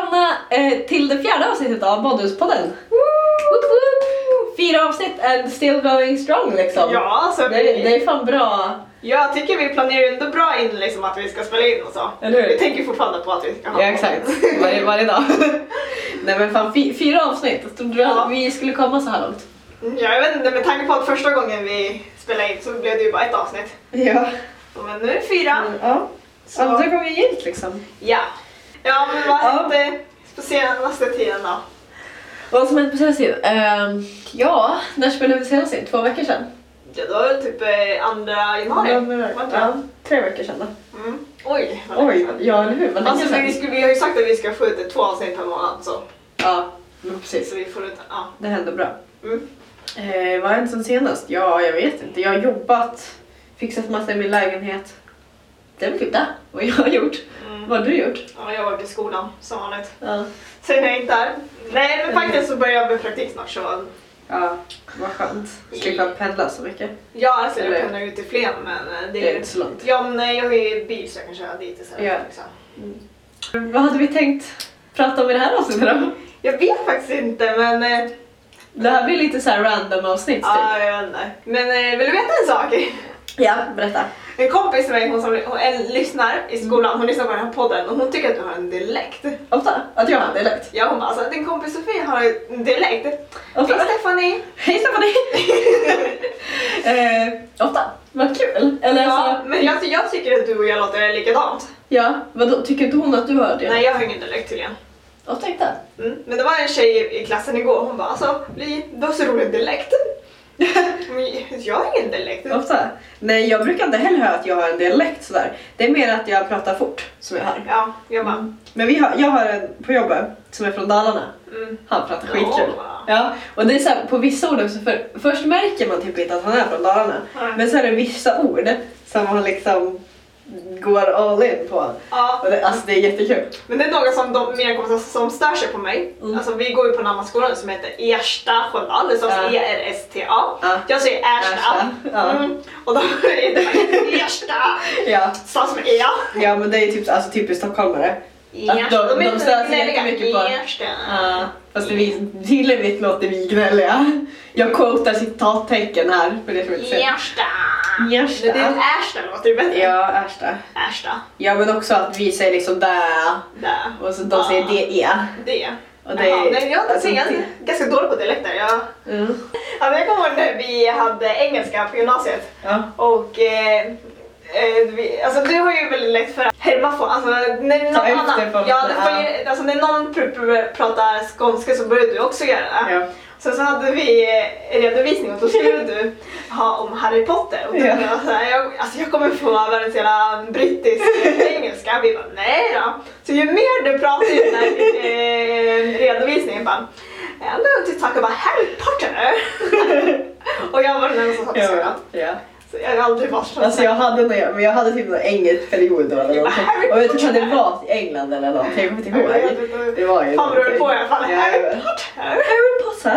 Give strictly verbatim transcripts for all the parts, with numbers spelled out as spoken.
välkomna eh, till det fjärde avsnittet av Badhuspodden. Fyra avsnitt and still going strong liksom. Ja, alltså det, vi... det är fan bra. Jag tycker vi planerar ändå bra in liksom att vi ska spela in och så. Eller hur? Vi tänker fortfarande på att vi ska ha. Ja, exakt. Varje, varje dag. Nej men fan, fy, fyra avsnitt. Trodde du Ja. att vi skulle komma så här långt? Ja, jag vet inte, med tanke på att första gången vi spelade in så blev det ju bara ett avsnitt. Ja. Men nu är det fyra. Mm, ja. Så... Andra gånger gilt liksom. Ja. Ja, men vad Ja. hände på senaste tiden då? Vad som hänt på senaste tiden? Uh, ja, när spelade vi senast in? Två veckor sedan? Ja, då är det typ eh, andra januari. Ja, ja, tre veckor sedan då. Mm. Oj, vad Oj, länge sedan. ja eller hur? Vad länge Alltså, sedan. vi, skulle, vi har ju sagt att vi ska få ut ett två avsnitt per månad så. Ja, men precis. Så vi får ut, ja. Det hände bra. Mm. Eh, vad har hänt sen senast? Ja, jag vet inte. Jag har jobbat, fixat massa i min lägenhet. Det är väl typ det vad jag har gjort. Mm. Vad har du gjort? Ja, jag har varit i skolan som vanligt. Ja. Sen är jag inte där. Nej, men faktiskt så börjar jag med praktik snart så... Ja, vad skönt. Slippa pendla så mycket. Ja, alltså jag Eller- pendlar ut till Flen men eh, det Det är är inte så långt. Ja, men nej, jag har ju bil så jag kan köra dit istället. Ja. Liksom. Vad hade vi tänkt prata om i det här avsnittet då? Jag vet faktiskt inte men... Eh, Det här blir lite så här random avsnitt typ. ja, jag vet inte. Men eh, vill du veta en sak? Ja, berätta. En kompis med mig, hon som hon, en, lyssnar i skolan, hon lyssnar på den här podden och hon tycker att du har en dialekt. Ofta? Att jag har dialekt? Ja, hon bara alltså, din kompis Sofie har en dialekt. Ofta? Hej Stephanie! Hej Stephanie! eh, ofta? Vad kul! Eller Ja, alltså, men jag, jag tycker att du och jag låter likadant. ja, vadå? Tycker inte hon att du har det? Nej, jag har ingen dialekt tydligen. Ofta inte. Mm. Men det var en tjej i- i klassen igår, hon bara alltså, vi- du har så rolig dialekt. Men jag har ingen dialekt. Ofta? Nej, jag brukar inte heller höra att jag har en dialekt sådär. Det är mer att jag pratar fort som jag har. Ja, jag bara... Mm. Men vi har, jag har en på jobbet som är från Dalarna. Mm. Han pratar skitkul. Ja. Ja, och det är så här, på vissa ord också, för först märker man typ inte att han är från Dalarna. Nej. Men så är det vissa ord som han liksom går all in på. Ja. Och det, alltså det är jättekul. Men det är några som de, mina kompisar som stör sig på mig. Mm. Alltså vi går ju på en annan skola som heter Ersta Sköndal, det står Ja. E R S T A. Ja. Jag säger Ersta. Ersta, ja. Mm. Och då är det faktiskt Ersta. Ja, Stavas med E. ja men det är typ, alltså typiskt stockholmare. Att de- Ersta. de är stör sig gnälliga. jättemycket på- Ersta. Ja, fast det vi, tydligen låter vi gnälliga. Jag quotar citattecken här för det som inte ser. Ersta. Ersta. Det är Ersta låter ju bättre. Ja, Ersta. Ersta. Ja, men också att vi säger liksom där Där. och så de Ja. säger det är. Det. Och det Jaha, nej, jag är alltså, alltså, det- ganska dålig på dialekter. Jag, Mm. ja, men jag kommer ihåg när vi hade engelska på gymnasiet. Ja. Och eh, eh, vi, alltså du har ju väldigt lätt för att härma på, alltså när någon Ta efter annan, på- ja, det ja. följer, alltså när någon pr- pr- pratar skånska så börjar du också göra det. Ja. Sen så hade vi eh, redovisning och då skulle du ha om Harry Potter och då Ja. var jag så här, jag, alltså jag kommer få världens hela brittisk engelska. Vi bara nej då. Så ju mer du pratar i den här eh, redovisningen bara I'm going to talk about Harry Potter. Och jag var den enda som satt i Ja. skolan. Ja. Så jag har aldrig varit så Alltså jag hade nog, men jag hade typ en engelsk period då eller någonting. Och jag vet inte om det var i England eller någonting, jag kommer inte ihåg. Det var ju Fan beror det på i alla fall. Ja, Harry ja. Potter. Harry Potter.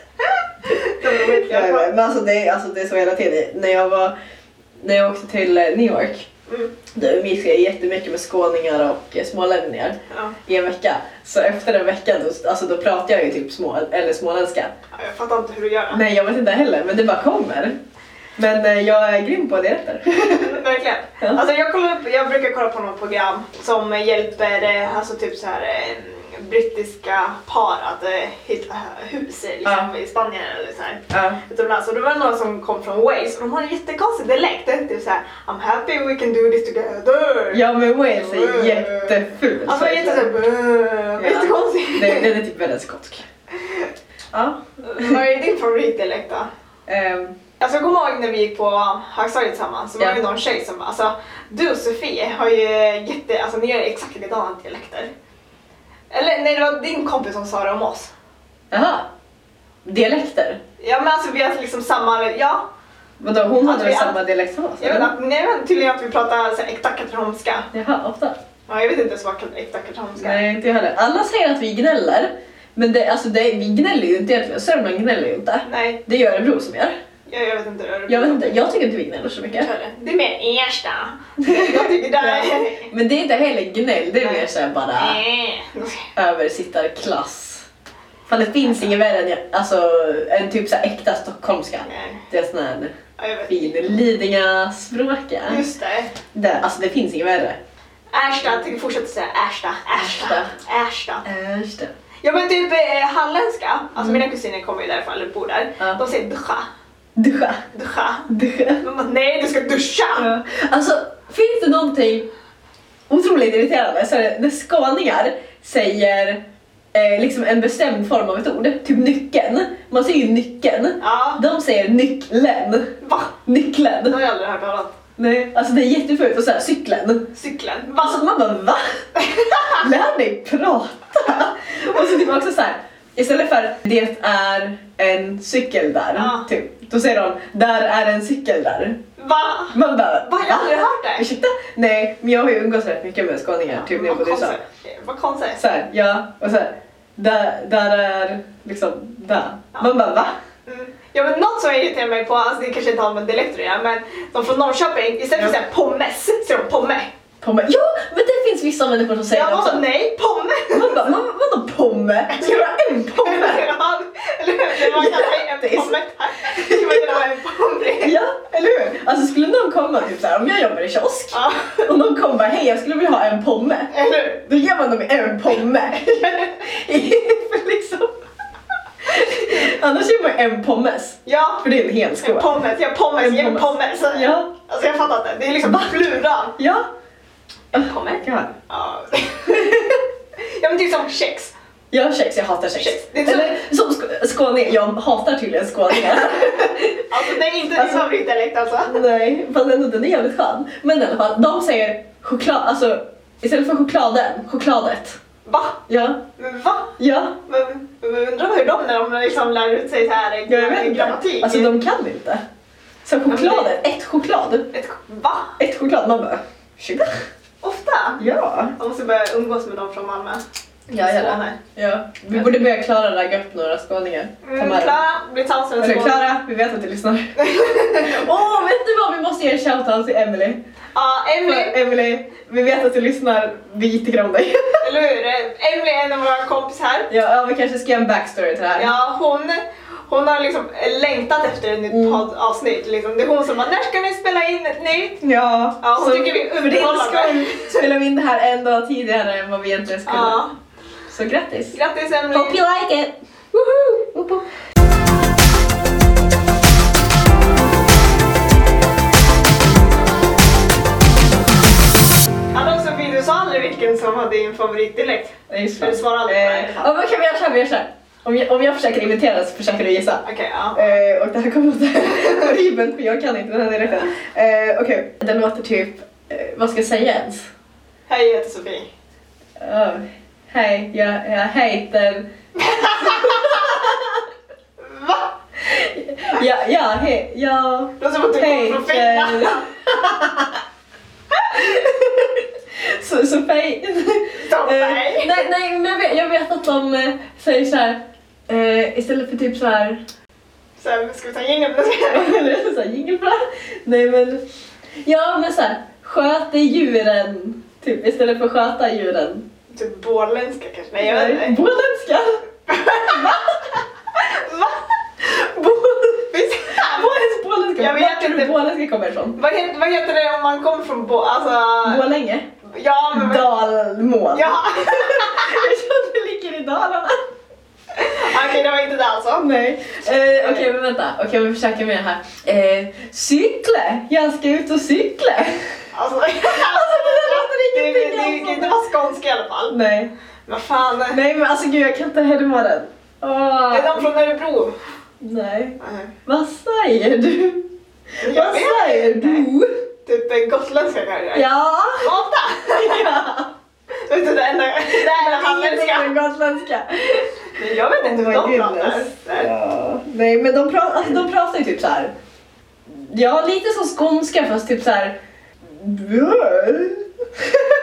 Det var roligt i Ja, alla fall. men alltså det, alltså det är så hela tiden. När jag var, när jag åkte till eh, New York, Mm. då umgicks jag jättemycket med skåningar och eh, smålänningar Ja. i en vecka. Så efter en vecka då, alltså då pratar jag ju typ små, eller småländska. Ja, jag fattar inte hur du gör det. Nej, jag vet inte heller, men det bara kommer. Men eh, jag är grym på det där. Verkligen. Ja. Alltså jag, kollar upp, jag brukar kolla på något program som hjälper eh, alltså typ så här, eh, brittiska par att eh, hitta hus eh, liksom, i Spanien eller så här. Ja. Utomlands. Och det var några som kom från Wales och de har en jättekonstig dialekt. Det är typ såhär I'm happy we can do this together. Ja, men Wales är jättefult. Alltså jättesåhär, Ja. jättekonstig. Det, det är typ väldigt skotsk. Ja. Vad är din favoritdialekt då? Ehm, Alltså jag kommer ihåg när vi gick på högstadiet tillsammans så var Ja. det någon tjej som alltså du och Sofie har ju jätte, alltså ni har exakt likadana dialekter. Eller nej det var din kompis som sa det om oss. Jaha. Dialekter? Ja men alltså vi har liksom samma, ja. Vadå, hon Att hade vi- väl samma dialekt som oss? Jag vet eller? att, nej men tydligen att vi pratar så här äkta katrineholmska. Jaha, ofta. Ja jag vet inte ens vad äkta katrineholmska är. Nej, inte jag heller. Alla säger att vi gnäller. Men det, alltså det, vi gnäller ju inte egentligen. Sörmland gnäller ju inte. Nej. Det gör Örebro som gör. Jag, jag vet inte. Örebro. Jag vet inte, jag tycker inte vi gnäller så mycket. Det är mer Ersta. Jag tycker det är... Men det är inte heller gnäll, det är mer såhär bara Nej. översittarklass. Fan, det finns inget värre än jag, alltså, en typ såhär äkta stockholmska. Nej. Det är sån här Ja, jag vet. fin Lidingö-språk. Just det. Det, alltså det finns inget värre. Ersta, jag tänker fortsätta säga Ersta. Ersta. Ersta. Just det. Ja men typ eh, halländska, alltså mina kusiner kommer ju därifrån eller bor där. Ja. De säger duscha. Duscha. Duscha. Duscha. De bara, nej du ska duscha! Ja. Alltså, finns det någonting otroligt irriterande så är det när skåningar säger eh, liksom en bestämd form av ett ord, typ nyckeln. Man säger ju nyckeln. Ja. De säger nycklen. Va? Nycklen. Det har jag aldrig hört talas. Nej, alltså det är jättefult att säga cykeln. Cykeln. Va? Alltså man bara, va? Lär dig prata. Och så typ också så här, istället för det är en cykel där, Ja. typ, då säger de, där är en cykel där. Va? Man bara, Va? Jag har aldrig hört det. Ursäkta? Nej, men jag har ju umgås rätt mycket med skåningar, typ när jag bodde i U S A. konstigt. Vad konstigt. Så här, ja, och så här, där, där är liksom, där. Ja. Man bara, va? Mm. Ja men något som jag irriterar mig på, alltså det kanske inte har med dialekt att göra, men de från Norrköping, istället för att säga pommes, säger de pomme. Pomme. Ja, men det finns vissa människor som säger Jag det bara, också. nej, pomme! Man bara, man, vadå pomme? Ska du ha en pomme? Ja, eller hur? Det var kanske en pomme här. Det var det var en pomme. Ja, eller hur? Alltså skulle någon komma typ såhär, om jag jobbar i kiosk Ja, och någon kommer bara, hej jag skulle vilja ha en pomme. eller hur? Då ger man dem en pomme. För liksom. Annars ger man en pommes. Ja, För det är en hel skål. en pommes, ja pommes, En ge en pommes. pommes. Ja. Alltså jag fattar inte, det är liksom Va? plural. Ja. En pommes? Ja. Ja. Ja men det är som kex. Jag har kex, jag hatar kex. Kex. Det är så- Eller som sk- skåning, jag hatar tydligen skåningar. Alltså det är inte din Alltså- favoritdialekt alltså. Nej, fast ändå den är jävligt skön. Men i alla fall, de säger choklad, alltså istället för chokladen, chokladet. Va? Ja, Men va? ja. Men, men undrar hur de när de liksom lär ut sig så här Jag vet inte. grammatik. Alltså de kan inte. Så chokladet, ett choklad. Ett, va? Ett choklad, man bara, ursäkta? Ofta? Ja. Jag måste börja umgås med dem från Malmö. Ja, gör det. Skåne. Ja. Vi borde börja Klara ragga upp några skåningar. Ta Mm, med dem. Klara blir tillsammans med en Eller skåning. Klara, vi vet att du lyssnar. Åh, vet du vad? Vi måste ge en shoutout till Emily. Ja, För Emily, Emily, vi vet att du lyssnar, vi tycker om dig. eller hur? Emily är en av våra kompisar här. Ja, ja, vi kanske ska göra en backstory till det här. Ja, hon, hon har liksom längtat efter ett nytt Mm. poddavsnitt. Liksom. Det är hon som bara, när ska ni spela in ett nytt? Ja, Ja, hon så tycker vi är för din underhållande. skull spelar vi in det här en dag tidigare än vad vi egentligen skulle. Ja. Så grattis! Grattis Emily! Hope you like it! Woho! Woop woop. Hallå Sofie, du sa aldrig vilken som var din favoritdialekt. Nej, just Du svarar aldrig på det. Eh, ja, men kan vi göra så här, vi gör så här. Om jag, om jag försöker imitera så försöker du gissa. Okej, ja. Eh, och det här kommer låta horribelt för jag kan inte den här dialekten. Eh, Okej, den låter typ, eh, vad ska jag säga ens? Hej, jag heter Sofie. Oh, hej, jag, jag heter... Va? Ja, ja, hej, jag... Det låter som att du kommer från Heter... Finland. Så, Sofie... Sofie. Eh, nej, nej, men jag vet, jag vet att de eh, säger så här. Eh, istället för typ så här... Så här, ska vi ta en jingel? Eller så här, jingelbra. Nej men... Ja men så här, sköter djuren. Typ istället för sköta djuren. Typ borländska kanske? Nej, jag vet inte. Båländska. Va? Va? Visst? Vad är båländska? Jag vet Vart tror du inte. båländska kommer ifrån? Vad heter, vad heter det om man kommer från Bo... Alltså... Bålänge? Ja, men... Dalmål. Ja! Jag tror det ligger i Dalarna. Okej, det var inte det alltså. Nej. Eh, Okej, men vänta. Okej, vi försöker med det här. Eh, cykla. Jag ska ut och cykla. Alltså, det låter det, ingenting det, det, det kan inte vara skånska i alla fall. Nej. Vad fan. Nej, men alltså gud, jag kan inte härma den. Åh. Är de från Örebro? Nej. Nej. Vad säger du? Jag Vad vet säger inte. du? Typ en gotländska kanske? Ja. Åtta! Ja. Vet du, det enda, det enda halländska. Ingenting med gotländska. Men jag vet inte Oh hur my de pratar. goodness. Ja. Nej, men de pratar, alltså, de pratar ju typ så här. Ja, lite som skånska fast typ så här.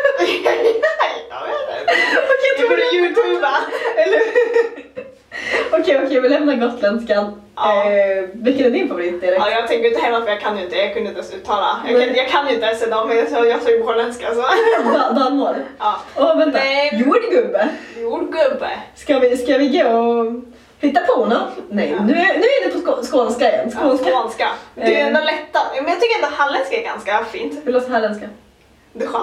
Jag vet inte. Okej, Du borde tror youtuba. Eller Okej, okej, vi lämnar gotländskan. Ja. Eh, vilken är din favoritdialekt? Ja, jag tänker inte heller för jag kan ju inte, jag kunde inte ens uttala. Jag kan, jag kan ju inte ens dem, men jag, jag sa ju holländska så. Da- Dalmål? Ja. Åh, vänta. Nej. Jordgubbe. Jordgubbe. Ska vi, ska vi gå och hitta på något? Nej, Ja. nu, är, nu är det på skå, skånska igen. Skånska. Ja, skånska. Det är Eh. ändå lätta. Men jag tycker ändå halländska är ganska fint. Hur låter halländska? Duscha.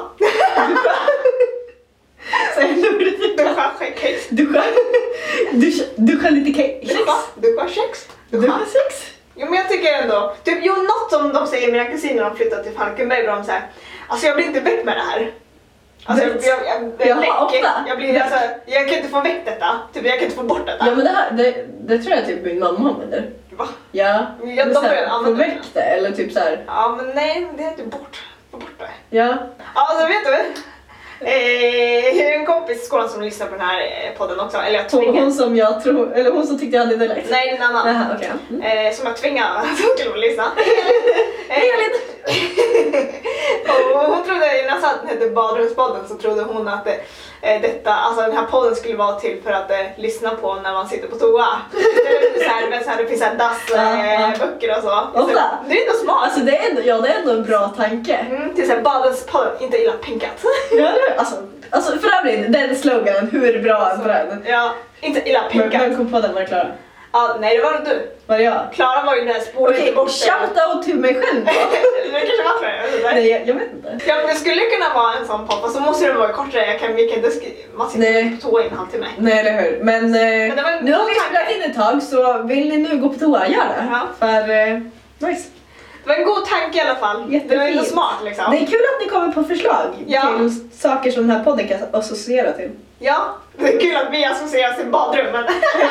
Säg nu det. Duscha kex. Duscha. Duscha, duscha lite kex. Duscha. Duscha kex. Duscha sex. Jo men jag tycker ändå, typ, jo något som de säger mina kusiner har flyttat till Falkenberg och de säger, alltså jag blir inte väck med det här. Alltså jag, Väck? jag, jag, jag, Jaha, läcker. ofta. jag blir alltså, jag kan inte få väck detta, typ jag kan inte få bort detta. Ja men det här, det, det tror jag typ min mamma använder. Va? Ja. Ja, Eller de så här, börjar få använda väck det eller typ så här. Ja men nej, det är typ bort, få bort det. Ja. Alltså vet du? Eh, jag har en kompis i skolan som lyssnar på den här eh, podden också, eller jag Hon, tvingar. hon som jag tror, eller hon som tyckte jag hade dialekt. Nej, det är en annan. Jaha, okej. Mm. Eh, som jag tvingade att hon skulle lyssna. Hej Elin! Och hon trodde, när jag sa att den hette Badrumspodden så trodde hon att det, eh, detta, alltså den här podden skulle vara till för att eh, lyssna på när man sitter på toa. Istället för så här, men så här, det finns så här dassböcker eh, och så. Ofta. Det är ändå smart. Alltså det är ändå, ja, det är ändå en bra tanke. Mm, till såhär Badrumspodden, inte illa pinkat. Ja, det, alltså, alltså för övrigt, den sloganen, hur bra är den? Ja, inte illa Men pinkat. vem kom på den? Var det Klara? Ja, nej det var det du. Var det jag? Klara var ju den här spolen Okej, inte bort. shout-out till mig själv då. Det kanske var för det, jag vet inte. Nej, jag, jag vet inte. Ja, men det skulle kunna vara en sån podd, och så måste den vara kortare. Jag kan, vi kan inte skri- man sitter Nej. inte på toa i en halvtimme. Nej, eller hur. Men, eh, det var en nu har god vi tanke. spelat in ett tag, så vill ni nu gå på toa, gör det. Ja. För, eh, nice. Det var en god tanke i alla fall. Jättefint. Det var ändå smart liksom. Det är kul att ni kommer på förslag Ja. till saker som den här podden kan associera till. Ja, det är kul att vi associeras till badrummen.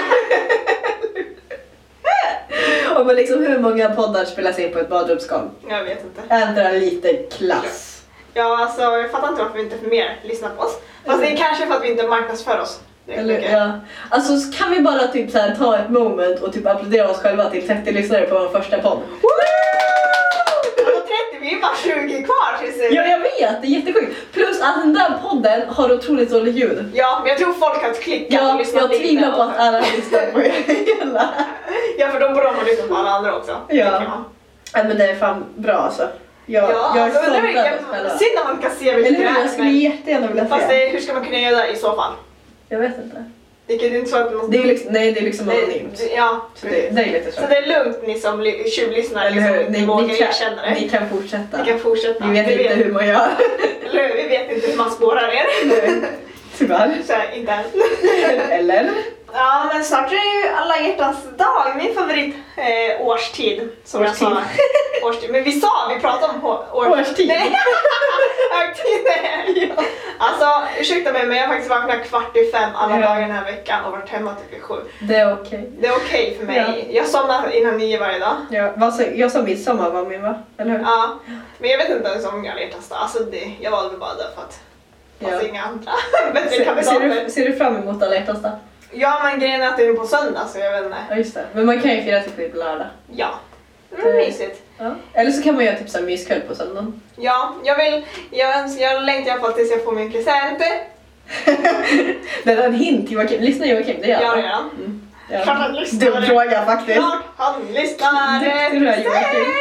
Och men liksom hur många poddar spelas in på ett badrumsgolv? Jag vet inte. Är inte det lite klass? Ja, alltså jag fattar inte varför vi inte får mer lyssna på oss. Fast det är kanske för att vi inte marknadsför oss. Det är Eller, mycket. ja. Alltså så kan vi bara typ så här, ta ett moment och typ applådera oss själva till trettio lyssnare på vår första podd? Alltså trettio, vi är bara tjugo kvar tills det... Ja, jag vet, det är jättesjukt. Plus att den där podden har otroligt dåligt ljud. Ja, men jag tror folk har klickat och Ja, lyssnat jag lite tvivlar på och att så. alla lyssnar på hela. Ja, för de borde ha lyssnat på alla andra också. Ja. tänker man. Ja, men det är fan bra alltså. Jag, Ja, jag är alltså, stolt det är över mycket- oss själva. synd att man inte kan se Eller vilket hur? det Jag är. skulle men- jättegärna vilja Fast se. det, hur ska man kunna göra det i så fall? Jag vet inte. Det är inte så att man... Det är liksom, nej, det är liksom Nej, anonymt. det- Ja, Så det, det är lite så så. det är lugnt ni som li- tjuvlyssnare Eller liksom, hur? inte Ni, vågar ni, erkänna kan, det. ni kan fortsätta. Ni kan fortsätta. Vi vet Vi inte hur man gör. Eller hur? Vi vet inte hur man spårar er. Nej, tyvärr. Så här, inte än. Eller? Ja, men snart är det ju alla hjärtans dag, min favorit eh, årstid. Som Årstid. jag sa. Årstid. Men vi sa, vi pratade om hå- år... Årstid. Nej, högtid. Ja. Alltså, ursäkta mig men jag har faktiskt vaknat kvart i fem alla Ja. dagar den här veckan och varit hemma typ vid sju. Det är okej. Det är okej för mig. Ja. Jag somnar innan nio varje dag. Ja, vad sa- jag sa midsommar var min va? Eller hur? Ja, men jag vet inte ens om jag har hjärtans dag. Alltså det, jag valde bara det för att det fanns Ja. inga andra bättre Ser, ser, kandidater. du, ser du fram emot alla hjärtans dag? Ja, men grejen är att det är på söndag så jag vet inte. Ja just det. Men man kan ju fira till på lördag. Ja, det är Det- mysigt. Ja. Eller så kan man göra typ såhär myskväll på söndagen. Ja, jag vill, jag, öns- jag längtar i alla fall tills jag får min present. Det är en hint Joakim. Lyssna Joakim, det gör Ja, jag. det gör han. Mm. Klart Ja. han lyssnar. Dum fråga faktiskt. Klart han lyssnar. Duktig du är, Joakim.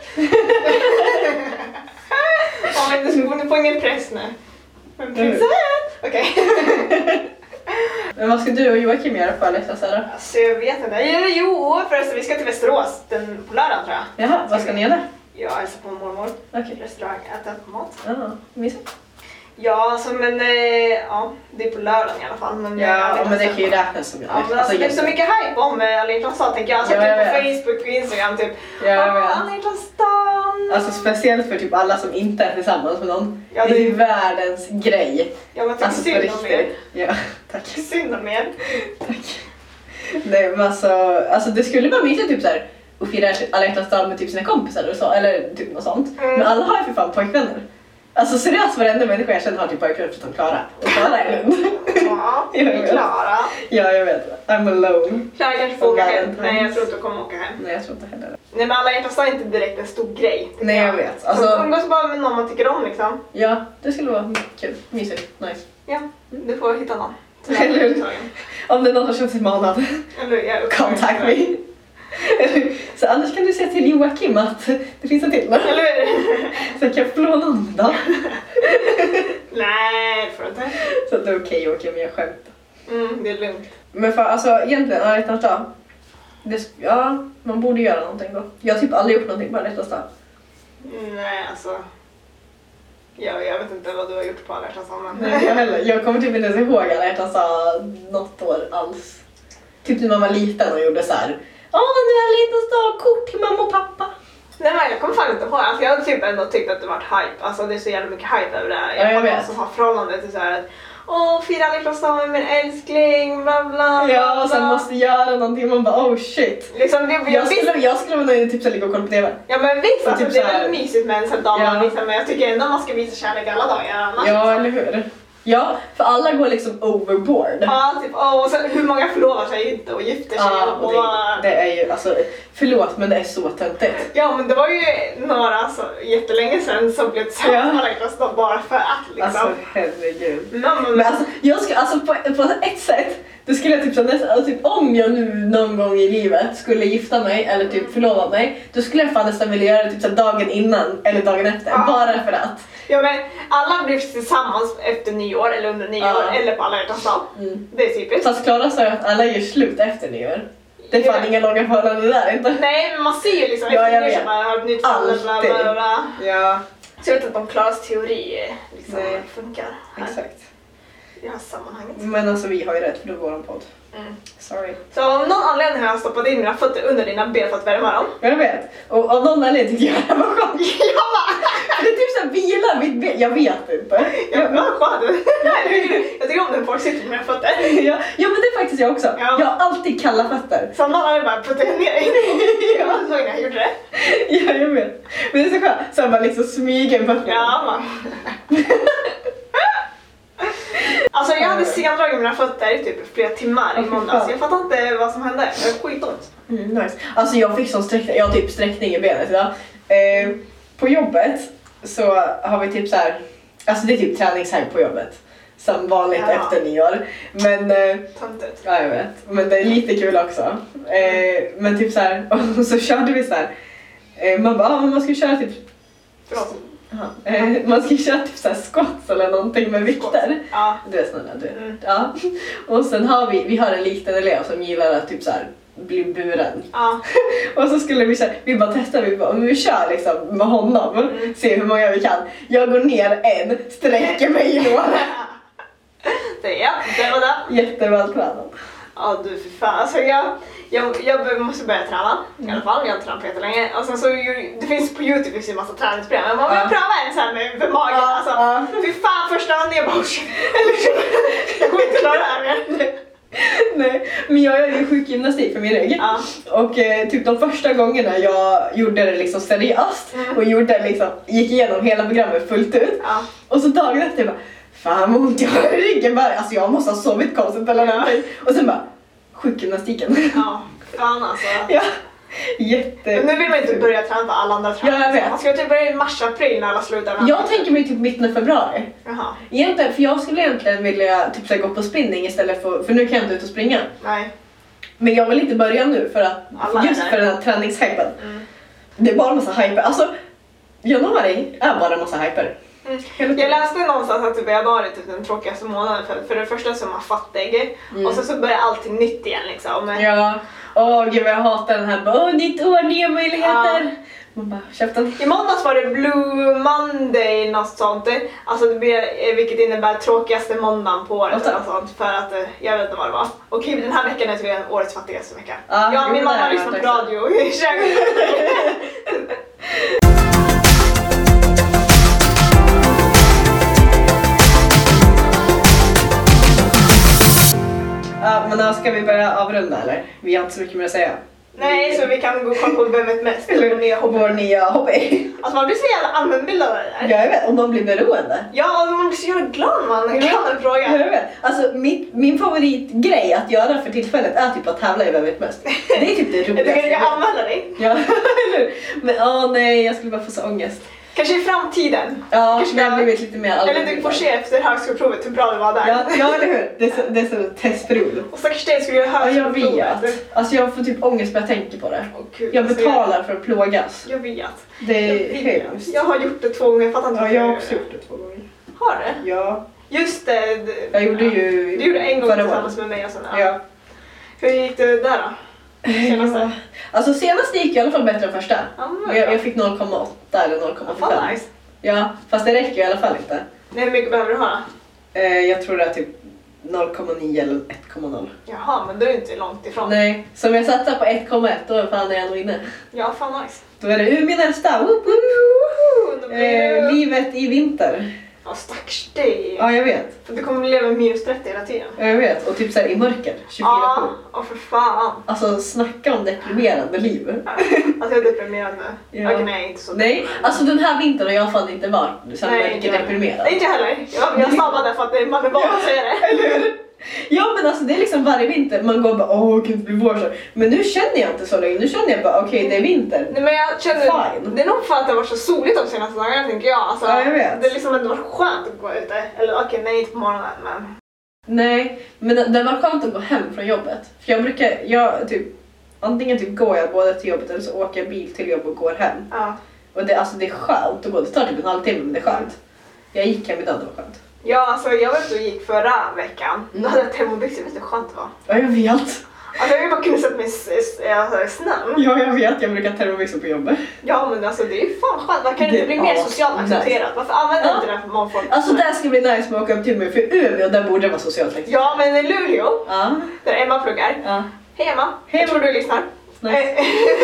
Ja, men du får- du får ingen press nu. Men present! Okej. Men vad ska du och Joakim göra på alla hjärtans dag då? Alltså jag vet inte. Eller jo, förresten vi ska till Västerås den, på lördagen tror jag. Jaha, vad ska ni göra? Jag hälsar på mormor. Okej. Restaurang, äta mat. Ja, mysigt. Ja, alltså men eh, ja, det är på lördagen i alla fall. Men, eh, Ja, jag men det vet kan ju inte. räknas som Ja, men alltså, det är så mycket hype om eh, alla hjärtans dag tänker jag. Alltså, Ja, typ jag på vet. Facebook och Instagram typ. Ja, jag "Ah, vet. alla hjärtans dag. Alltså speciellt för typ alla som inte är tillsammans med någon. Ja, det är det- ju världens grej. Ja, men typ Alltså på synd om er. riktigt. Ja, tack. Synd om er. Tack. Nej men alltså, alltså det skulle vara mysigt typ såhär och fira alla hjärtans dag med typ sina kompisar och så, eller typ något sånt. Mm. Men alla har ju för fan pojkvänner. Alltså seriöst varenda människa jag känner har typ pojkvänner förutom Klara. Och Klara är lugn. Ja, Jag det är vet. Klara. Ja jag vet, I'm alone. Klara kanske får åka hem. Valentine's. Nej, jag tror inte hon kommer åka hem. Nej jag tror inte heller det. Nej, men alla hjärtans dag är inte direkt en stor grej. tycker Nej, jag vet. Alltså- Så umgås bara med någon man tycker om liksom. Ja, det skulle vara kul, mysigt, nice. Ja, du får hitta någon. Eller hur? Om det är någon som känner sig manad. Eller jag Contact me. Så annars kan du säga till Joakim att det finns en till. Eller hur? Så jag kan få låna någon dag. Nej, det får du inte. Så det är okej okay, Joakim, jag skämtar. Mm, det är lugnt. Men för alltså egentligen, alla hjärtans dag. Det, ja, man borde göra någonting då. Jag har typ aldrig gjort någonting på alla hjärtans dag. Nej, alltså. Jag, jag vet inte vad du har gjort på alla hjärtans dag. Men... Nej, jag heller. Jag kommer typ inte ens ihåg alla hjärtans dag något år alls. Typ när man var liten och gjorde så här. Åh, nu är alla hjärtans dag, kort till mamma och pappa. Nej, men jag kommer fan inte ihåg. Alltså, jag hade typ ändå tyckt att det var hype. Alltså det är så jävla mycket hype över det här. Ja, jag har vet. någon som har förhållande till så här att åh, fira alla hjärtans dag med min älskling, bla bla. Ja, och sen måste göra någonting och man bara oh shit. Liksom, det, jag, Jag skulle, jag skulle vara nöjd typ så ligga och kolla på T V. Ja men visst, alltså, typ det så är här- väl mysigt med en sån dag Ja. man visar, men jag tycker ändå man ska visa kärlek alla dagar annars. Ja, eller hur? Ja, för alla går liksom overboard. Ja, typ, åh, och sen, hur många förlovar sig inte och gifter sig? Ja, och, och det, det är ju, alltså, förlåt men det är så töntigt. Ja, men det var ju några alltså, jättelänge sedan som blev tillsammans Ja. med alla hjärtans dag bara för att liksom. Alltså herregud. Ja, men, Men alltså, jag skulle, alltså på, på ett sätt, då skulle jag typ, så nästan, alltså, typ om jag nu någon gång i livet skulle gifta mig eller typ förlova mig, då skulle jag fan nästan vilja göra det typ så här dagen innan eller dagen efter, Ja. bara för att. ja, men alla blir tillsammans efter nyår eller under nyår Ja. eller på alla hjärtans dag. Mm. Det är typiskt. Fast Klara sa ju att alla gör slut efter nyår. Det är fan Ja. inga långa förhållanden där inte. Nej, men man ser ju liksom Ja, efter jag nyår vet. som man har ett nytt fall, bla Alltid. bla bla. Ja, Så jag vet inte om Klaras teori eh, liksom Nej. funkar här exakt. i det här sammanhanget. Men alltså vi har ju rätt för det är våran podd. Mm. Sorry. Så av någon anledning har jag stoppat in mina fötter under dina ben för att värma dem. Jag vet. Och av någon anledning tycker jag det var skönt. Jag bara, Det är typ såhär vilar mitt ben. Jag vet inte. jag var skönt. Jag tycker om när folk sitter på mina fötter. Ja, ja men det är faktiskt jag också. Ja. Jag har alltid kalla fötter. Så någon hade bara puttat ner in. Jag var så när jag gjorde det. Ja, jag vet. Men det är så skönt. Så man liksom smyger på fötterna. Ja, man. Alltså jag hade sendragit mina fötter i typ flera timmar i Åh, fy måndags. fan. Jag fattar inte vad som hände. Det var skitont. Mm, nice. Alltså jag fick sån sträckning. Jag har typ sträckning i benet idag. Eh, på jobbet så har vi typ så här. Alltså det är typ träningshelg på jobbet. Som vanligt Ja. efter nyår. Men... Eh, Töntigt. Ja, jag vet. Men det är lite kul också. Eh, men typ så här, och så körde vi så här. Eh, man bara, ah, men man ska köra typ... Förlåt. Aha. Eh, man ska köra typ så här squats eller någonting med vikter. Ja. Du är snälla, du. Mm. Ja. Och sen har vi, vi har en liten elev som gillar att typ så här bli buren. Ja. Och så skulle vi köra, vi bara testar, vi bara, men vi kör liksom med honom. Mm. Se hur många vi kan. Jag går ner en, sträcker mig i låret. Det, ja, det var det. Jättevältränad. Ja du för fan, alltså jag, jag, jag måste börja träna i alla fall, jag har inte tränat på jättelänge. Och sen så, ju- det finns på YouTube finns ju en massa träningsprogram, men om Ja. jag prövar en sån här med för magen, Ja, alltså ja. fy fan första dagen jag bara oh, shit, jag kommer inte klara det här mer. Nej, men jag gör ju sjukgymnastik för min rygg. Ja. Och eh, typ de första gångerna jag gjorde det liksom seriöst Mm. och gjorde liksom, gick igenom hela programmet fullt ut. Ja. Och så dagen efter jag bara, fan vad ont jag har i ryggen, bara, alltså jag måste ha sovit konstigt eller Ja. någonting. Och sen bara, sjukgymnastiken. Ja, fan alltså. Ja, jätte. Men nu vill man inte börja träna på alla andra träning. Ja, jag vet. Man ska typ börja i mars-april när alla slutar. med- Jag tänker mig typ mitten av februari. Jaha, Egentligen, för jag skulle egentligen vilja typ så här, gå på spinning istället för, för nu kan jag inte ut och springa. nej. Men jag vill inte börja nu för att, Alla är just där. för den här träningshypen. Mm. Det är bara massa hyper. Alltså, januari är bara massa hyper. Mm. Hela Jag tiden. läste någonstans att typ januari är typ den tråkigaste månaden för, för det första så är man fattig Mm. och sen så börjar allting nytt igen liksom. Ja, åh gud vad jag hatar den här, bara, åh nytt år, nya möjligheter. Man bara, käften. I måndags var det Blue Monday, något sånt. Alltså det blir, eh, vilket innebär tråkigaste måndagen på året Åtta. eller något sånt. För att, eh, jag vet inte vad det var. Okej, den här veckan är typ årets fattigaste vecka. Ja, Ja, jo, min det har mamma jag lyssnar på hört också. radio i köket. Ja, men då ska vi börja avrunda eller? Vi har inte så mycket mer att säga. Nej, så vi kan gå och kolla på Vem vet mest? Eller vår nya hobby. Vår nya hobby. Alltså man blir så jävla allmänbildad av det där. Jag vet, om man blir beroende. Ja, och man blir så jävla glad man kan en fråga. Jag vet. Alltså mitt, min favoritgrej att göra för tillfället är typ att tävla i Vem vet mest. Det är typ det Jag tycker roligaste. jag ska anmäla dig. Ja, eller hur? Men åh nej, jag skulle bara få så ångest. Kanske i framtiden. Ja, kanske det har ska- blivit lite mer allmänt. Eller du får se efter högskoleprovet hur bra det var där. Ja, ja, eller hur? Det är så, det är så testperiod. Och stackars dig skulle göra Ja, jag högskoleprovet. vet. Alltså jag får typ ångest när jag tänker på det. Åh, Gud, Jag alltså, betalar för att plågas. Jag vet. Det Jag, är vet. hemskt. jag har gjort det två gånger, jag fattar inte Ja, varför jag har gör också det. gjort det två gånger. Har det? Ja, Just det. det jag gjorde ja. ju Du gjorde en gång förra tillsammans året. med mig och sen. Ja. Ja. Hur gick det där då? Senaste? Ja. Alltså senaste gick i alla fall bättre än första. Ja, men vad Jag, bra. jag fick noll komma åtta eller noll komma Ja, fan fem. nice. Ja, fast det räcker ju i alla fall inte. Nej, hur mycket behöver du ha då? Eh, jag tror det är typ noll komma nio eller ett komma noll. Jaha, men då är det inte långt ifrån. Nej, så om jag satsar på ett komma ett då fan är jag nog inne. Ja, fan nice. Då är det Umeå nästa. Woop, woop. Woho! Då blir Eh, det... livet i vinter. Ja, stackars dig. Ja, jag vet. För du kommer leva med minus trettio hela tiden. Ja, jag vet. Och typ såhär i mörker. tjugofyra Ja, sju. och för fan. Alltså snacka om deprimerande liv. Alltså jag är deprimerad nu. Ja. Okej, nej, inte så Nej, deprimerad. alltså den här vintern har jag fan inte varit så Nej, mycket inte jag. deprimerad. Nej, inte jag heller. Jag, jag sa bara det för att det- man är van att säga det. Eller hur? Ja men alltså det är liksom varje vinter man går och bara åh kan inte bli vår så. Men nu känner jag inte så länge. Nu känner jag bara okej okay, det är vinter. Nej, men jag känner, Fine. det är nog för att det var så soligt de senaste dagarna tänker jag. Alltså, Ja, jag vet. Det är liksom ändå varit skönt att gå ute. Eller okej, nej inte på morgonen men. Nej, men det, det var skönt att gå hem från jobbet. För jag brukar, jag typ, antingen typ går jag både till jobbet eller så åker jag bil till jobbet och går hem. Ja. Och det, alltså det är skönt att gå, det tar typ en halvtimme men det är skönt. Jag gick hem idag, det var skönt. Ja, alltså jag var ute och gick förra veckan. Mm. Då hade jag termobyxor, vet du hur skönt det var? Ja jag vet. Alltså jag vill bara kunna sätta mig i s- s- alltså, i snön. Ja jag vet, jag brukar termobyxor på jobbet. Ja men alltså det är ju fan skönt, man kan Det- inte bli mer ja, socialt nice. accepterat. Varför använder Ja. inte det för folk? Alltså det ska bli nice med att åka upp till mig för Umeå, där borde det vara socialt faktiskt. Ja men i Luleå, Ja. där Emma pluggar. Ja. Hej Emma, Hej, jag tror du lyssnar. Nice.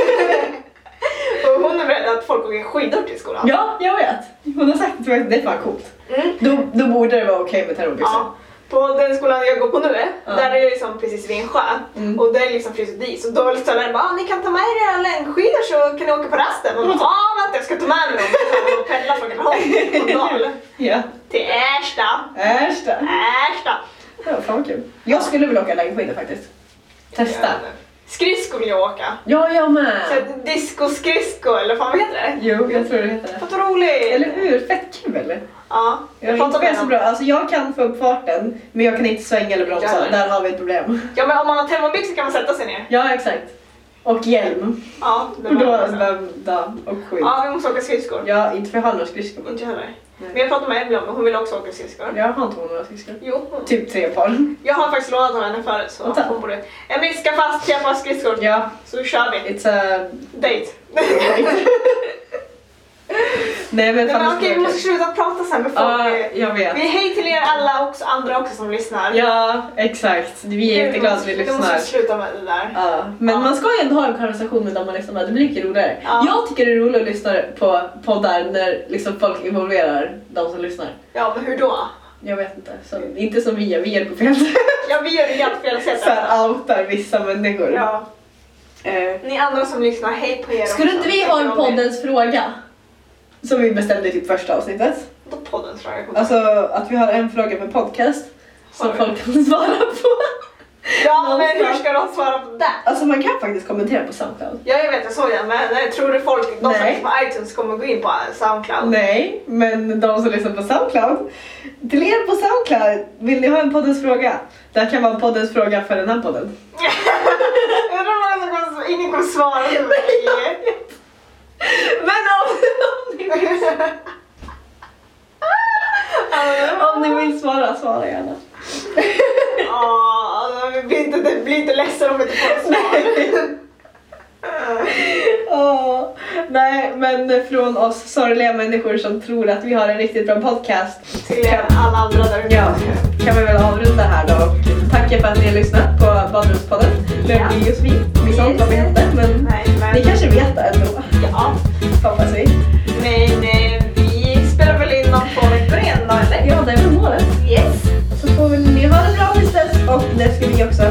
Och hon är beredd att folk åker skidor till skolan. Ja, jag vet. Hon har sagt att det är fan coolt. Mm. Då, då borde det vara okej med termobyxor. Ja. På den skolan jag går på nu, Ja. där är det liksom precis vid en sjö. Mm. Och det är liksom fryst is. Och då sa läraren bara, ah, ni kan ta med er era längdskidor så kan ni åka på rasten. Och då bara, ah vänta jag ska ta med mig dem. Och pendla från Grönholm på Dal Ja. till Ersta. Äsch det. Ersta. Ja, fan vad kul. Jag skulle vilja åka längdskidor faktiskt. Testa. Skridskor vill jag åka. Ja, jag Så med. här, disco-skridsko eller fan vad heter det? Jo, jag tror det heter det. Vad roligt! Eller hur? Fett kul. Ja, Jag är pratar inte med med så dem. bra. Alltså jag kan få upp farten, men jag kan inte svänga eller bromsa. Jag med. Där har vi ett problem. Ja men om man har termobyxor kan man sätta sig ner. Ja, exakt. Och hjälm. Ja, det Och då, var då, då, och skit. Ja, vi måste åka skridskor. Ja, inte för jag har några skridskor. Inte jag heller. Nej. Men jag pratade med Emelie om det, hon vill också åka skridskor. Jag har inte några skridskor. Jo, hon. Typ tre par. Jag har faktiskt lånat av henne förut så Vänta. hon borde... Emelie ska fast tre par skridskor. Ja, Så kör vi. it's a... Date. Nej men Nej, fan men det okej, vi skulle måste vara sluta prata så här med folk. Ja, jag vet. Vi är hej till er alla också, andra också som lyssnar. Ja, exakt. Vi är jätteglada att vi Vi måste lyssnar. sluta med det där. Ja, men Ja. man ska ju ändå ha en konversation med dem man lyssnar med, det blir mycket roligare. Ja. Jag tycker det är roligt att lyssna på poddar när liksom folk involverar de som lyssnar. Ja, men hur då? Jag vet inte, så, inte som vi är, vi är på fel sätt. Ja, vi gör det helt fel sätt. Så här outar vissa människor. Ja. Eh, Ni andra som lyssnar, hej på er skulle också. inte vi ha en Tycker om er. poddens fråga? Som vi bestämde i typ första avsnittet. Då poddens fråga. Alltså att vi har en fråga med podcast som Har vi? folk kan svara på. Ja, men någonstans. hur ska de svara på det? Alltså man kan faktiskt kommentera på Soundcloud. Ja, jag vet, jag såg det. Men jag tror du folk, de som Nej. lyssnar på iTunes kommer gå in på Soundcloud? Nej, men de som lyssnar på Soundcloud, till er på Soundcloud, vill ni ha en poddens fråga? Det här kan vara en poddens fråga för den här podden. Jag tror att det kommer- ingen kommer svara på mig. Men om, om, ni vill, om ni vill svara, svara gärna. Ja, det blir inte, det blir inte ledsen om vi inte får svar. Åh, nej, men från oss sorgliga människor som tror att vi har en riktigt bra podcast Till er alla andra där ute. ja, kan vi väl avrunda här då. Tacka för att ni har lyssnat på Badrumspodden. Ja. Med mig och Sofie. Vi sa inte vad vi hette, men Nej, men... ni kanske vet det ändå. Ja, Hoppas vi. men eh, vi spelar väl in någon två veckor igen då, eller? Ja, det är väl målet. Yes. Så får väl ni ha det bra tills dess. Och det ska vi också